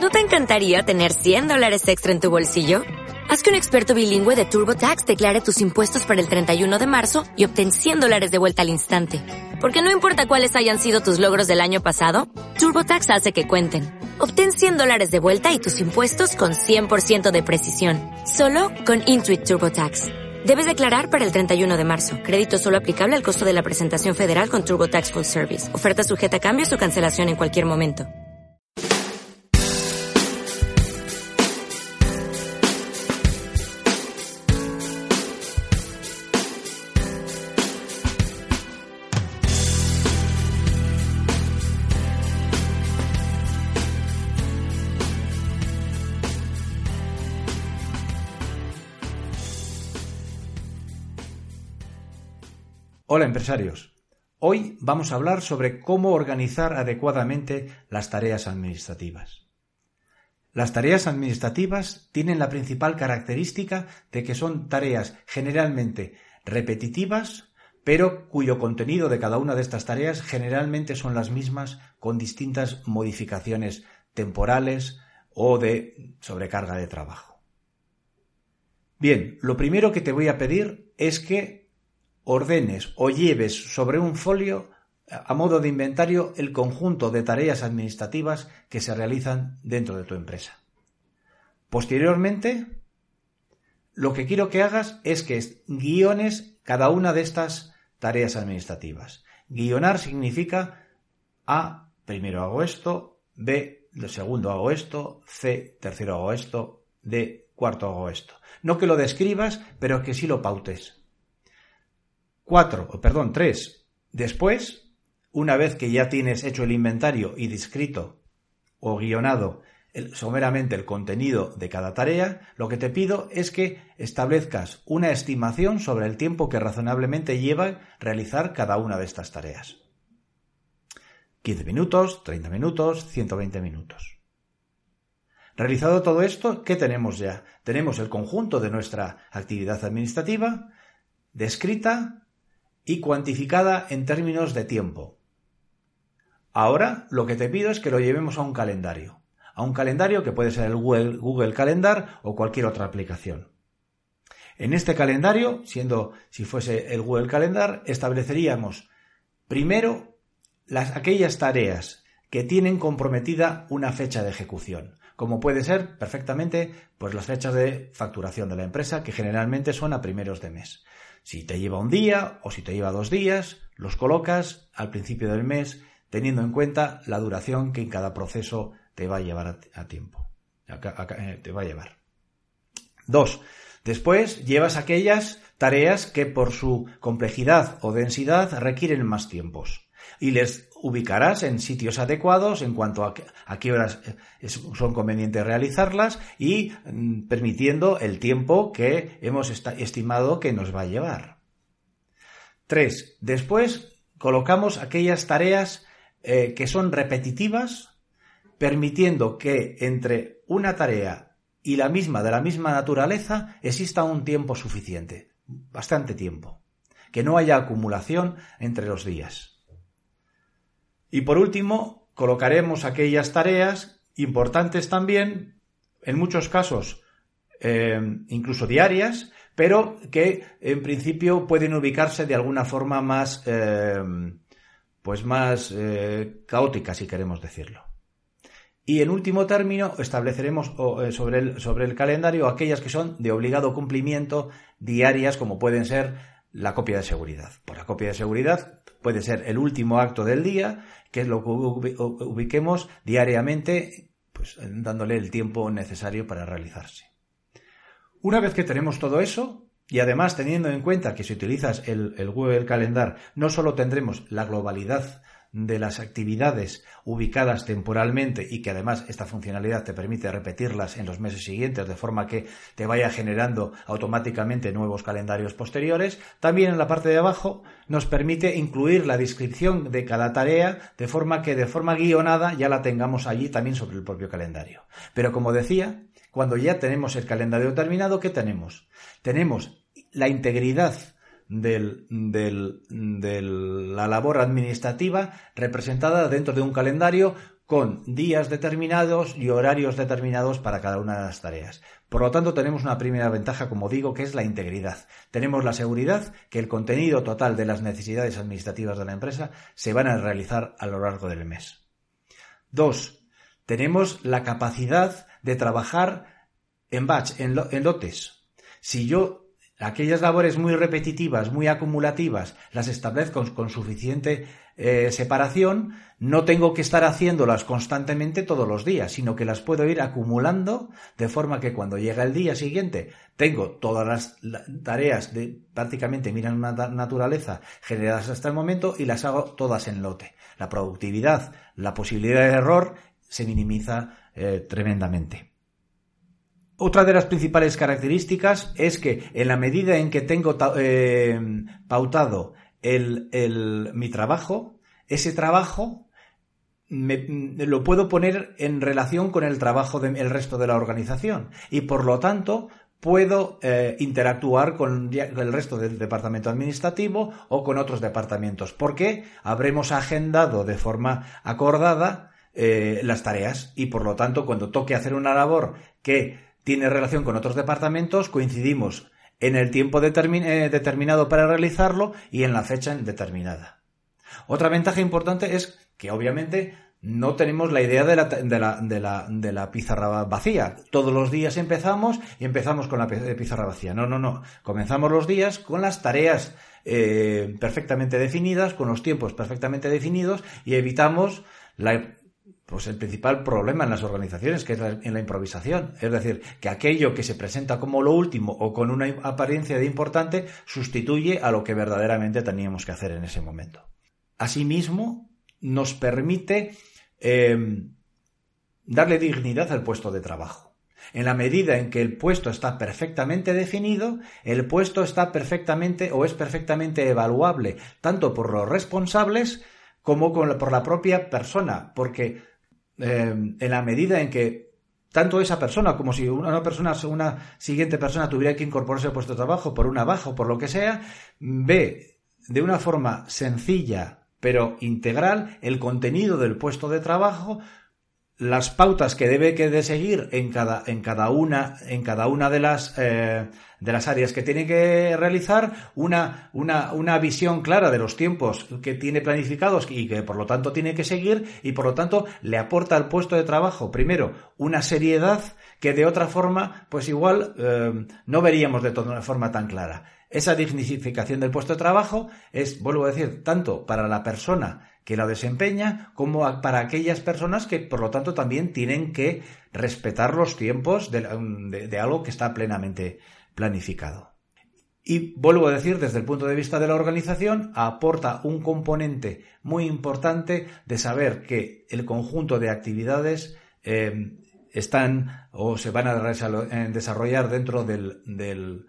¿No te encantaría tener $100 extra en tu bolsillo? Haz que un experto bilingüe de TurboTax declare tus impuestos para el 31 de marzo y obtén $100 de vuelta al instante. Porque no importa cuáles hayan sido tus logros del año pasado, TurboTax hace que cuenten. Obtén $100 de vuelta y tus impuestos con 100% de precisión. Solo con Intuit TurboTax. Debes declarar para el 31 de marzo. Crédito solo aplicable al costo de la presentación federal con TurboTax Full Service. Oferta sujeta a cambios o cancelación en cualquier momento. Hola empresarios, hoy vamos a hablar sobre cómo organizar adecuadamente las tareas administrativas. Las tareas administrativas tienen la principal característica de que son tareas generalmente repetitivas, pero cuyo contenido de cada una de estas tareas generalmente son las mismas con distintas modificaciones temporales o de sobrecarga de trabajo. Bien, lo primero que te voy a pedir es que ordenes o lleves sobre un folio a modo de inventario el conjunto de tareas administrativas que se realizan dentro de tu empresa. Posteriormente, lo que quiero que hagas es que guiones cada una de estas tareas administrativas. Guionar significa A, primero hago esto, B, segundo hago esto, C, tercero hago esto, D, cuarto hago esto. No que lo describas, pero que sí lo pautes. 3. Después, una vez que ya tienes hecho el inventario y descrito o guionado someramente el contenido de cada tarea, lo que te pido es que establezcas una estimación sobre el tiempo que razonablemente lleva realizar cada una de estas tareas. 15 minutos, 30 minutos, 120 minutos. Realizado todo esto, ¿qué tenemos ya? Tenemos el conjunto de nuestra actividad administrativa descrita y cuantificada en términos de tiempo. Ahora lo que te pido es que lo llevemos a un calendario que puede ser el Google Calendar o cualquier otra aplicación. En este calendario, si fuese el Google Calendar, estableceríamos primero aquellas tareas que tienen comprometida una fecha de ejecución, como puede ser perfectamente pues las fechas de facturación de la empresa, que generalmente son a primeros de mes. Si te lleva un día o si te lleva 2 días, los colocas al principio del mes, teniendo en cuenta la duración que en cada proceso te va a llevar a tiempo. Te va a llevar. 2. Después llevas aquellas tareas que por su complejidad o densidad requieren más tiempos y les ubicarás en sitios adecuados en cuanto a qué horas son convenientes realizarlas y permitiendo el tiempo que hemos estimado que nos va a llevar. 3. Después colocamos aquellas tareas que son repetitivas, permitiendo que entre una tarea y de la misma naturaleza exista un tiempo suficiente, bastante tiempo, que no haya acumulación entre los días. Y por último, colocaremos aquellas tareas importantes también, en muchos casos incluso diarias, pero que en principio pueden ubicarse de alguna forma más caótica, si queremos decirlo. Y en último término estableceremos sobre el calendario aquellas que son de obligado cumplimiento diarias, como pueden ser la copia de seguridad. Por la copia de seguridad puede ser el último acto del día, que es lo que ubiquemos diariamente, pues dándole el tiempo necesario para realizarse. Una vez que tenemos todo eso, y además teniendo en cuenta que si utilizas el Google Calendar, no solo tendremos la globalidad de las actividades ubicadas temporalmente y que además esta funcionalidad te permite repetirlas en los meses siguientes de forma que te vaya generando automáticamente nuevos calendarios posteriores, también en la parte de abajo nos permite incluir la descripción de cada tarea de forma que de forma guionada ya la tengamos allí también sobre el propio calendario. Pero como decía, cuando ya tenemos el calendario terminado, ¿qué tenemos? Tenemos la integridad de la labor administrativa representada dentro de un calendario con días determinados y horarios determinados para cada una de las tareas. Por lo tanto, tenemos una primera ventaja, como digo, que es la integridad. Tenemos la seguridad que el contenido total de las necesidades administrativas de la empresa se van a realizar a lo largo del mes. 2. Tenemos la capacidad de trabajar en batch, en lotes. Si yo aquellas labores muy repetitivas, muy acumulativas, las establezco con suficiente separación, no tengo que estar haciéndolas constantemente todos los días, sino que las puedo ir acumulando de forma que cuando llega el día siguiente tengo todas las tareas de prácticamente misma naturaleza generadas hasta el momento y las hago todas en lote. La productividad, la posibilidad de error se minimiza tremendamente. Otra de las principales características es que en la medida en que tengo pautado mi trabajo, ese trabajo lo puedo poner en relación con el trabajo del resto de la organización y por lo tanto puedo interactuar con el resto del departamento administrativo o con otros departamentos porque habremos agendado de forma acordada las tareas y por lo tanto cuando toque hacer una labor que tiene relación con otros departamentos, coincidimos en el tiempo determinado para realizarlo y en la fecha determinada. Otra ventaja importante es que obviamente no tenemos la idea de la pizarra vacía. Todos los días empezamos con la pizarra vacía. No. Comenzamos los días con las tareas perfectamente definidas, con los tiempos perfectamente definidos y evitamos el principal problema en las organizaciones, que es en la improvisación. Es decir, que aquello que se presenta como lo último o con una apariencia de importante sustituye a lo que verdaderamente teníamos que hacer en ese momento. Asimismo, nos permite darle dignidad al puesto de trabajo. En la medida en que el puesto está perfectamente definido, el puesto está perfectamente o es perfectamente evaluable, tanto por los responsables como por la propia persona, porque en la medida en que tanto esa persona como si una siguiente persona tuviera que incorporarse al puesto de trabajo por una baja o por lo que sea, ve de una forma sencilla pero integral el contenido del puesto de trabajo, las pautas que debe de seguir en cada una de las áreas que tiene que realizar, una visión clara de los tiempos que tiene planificados y que por lo tanto tiene que seguir y por lo tanto le aporta al puesto de trabajo primero una seriedad que de otra forma pues igual no veríamos de toda forma tan clara. Esa dignificación del puesto de trabajo es, vuelvo a decir, tanto para la persona que la desempeña como para aquellas personas que por lo tanto también tienen que respetar los tiempos de algo que está plenamente planificado. Y vuelvo a decir, desde el punto de vista de la organización, aporta un componente muy importante de saber que el conjunto de actividades están o se van a desarrollar dentro del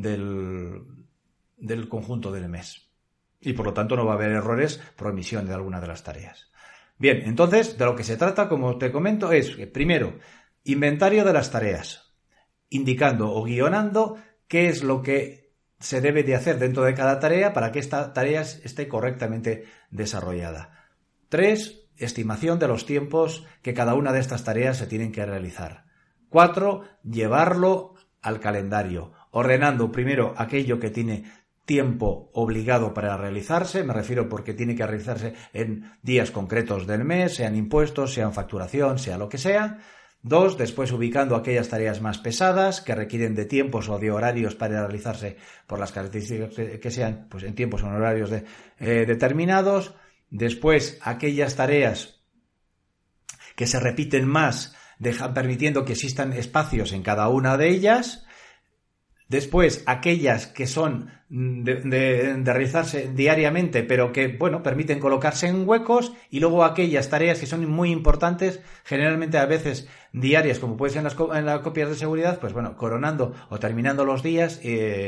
conjunto del mes. Y por lo tanto no va a haber errores por omisión de alguna de las tareas. Bien, entonces de lo que se trata, como te comento, es primero, inventario de las tareas, indicando o guionando qué es lo que se debe de hacer dentro de cada tarea para que esta tarea esté correctamente desarrollada. 3. Estimación de los tiempos que cada una de estas tareas se tienen que realizar. 4. Llevarlo al calendario, ordenando primero aquello que tiene tiempo obligado para realizarse, me refiero porque tiene que realizarse en días concretos del mes, sean impuestos, sean facturación, sea lo que sea. 2. Después ubicando aquellas tareas más pesadas que requieren de tiempos o de horarios para realizarse por las características que sean, pues en tiempos o en horarios determinados. Después aquellas tareas que se repiten más, permitiendo que existan espacios en cada una de ellas. Después, aquellas que son de realizarse diariamente, pero que, permiten colocarse en huecos, y luego aquellas tareas que son muy importantes, generalmente a veces diarias, como puede ser en las copias de seguridad, coronando o terminando los días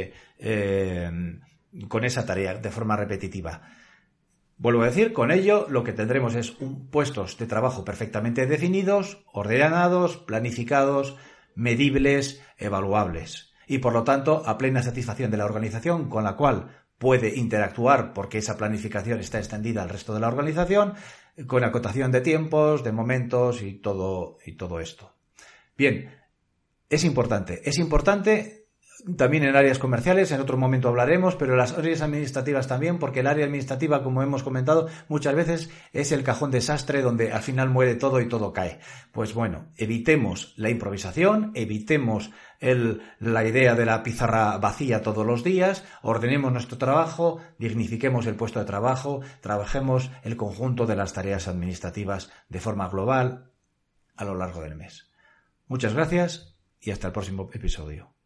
con esa tarea de forma repetitiva. Vuelvo a decir, con ello lo que tendremos es puestos de trabajo perfectamente definidos, ordenados, planificados, medibles, evaluables. Y por lo tanto, a plena satisfacción de la organización con la cual puede interactuar porque esa planificación está extendida al resto de la organización, con acotación de tiempos, de momentos y todo esto. Bien, es importante también en áreas comerciales, en otro momento hablaremos, pero en las áreas administrativas también, porque el área administrativa, como hemos comentado, muchas veces es el cajón desastre donde al final muere todo y todo cae. Pues bueno, evitemos la improvisación, evitemos la idea de la pizarra vacía todos los días, ordenemos nuestro trabajo, dignifiquemos el puesto de trabajo, trabajemos el conjunto de las tareas administrativas de forma global a lo largo del mes. Muchas gracias y hasta el próximo episodio.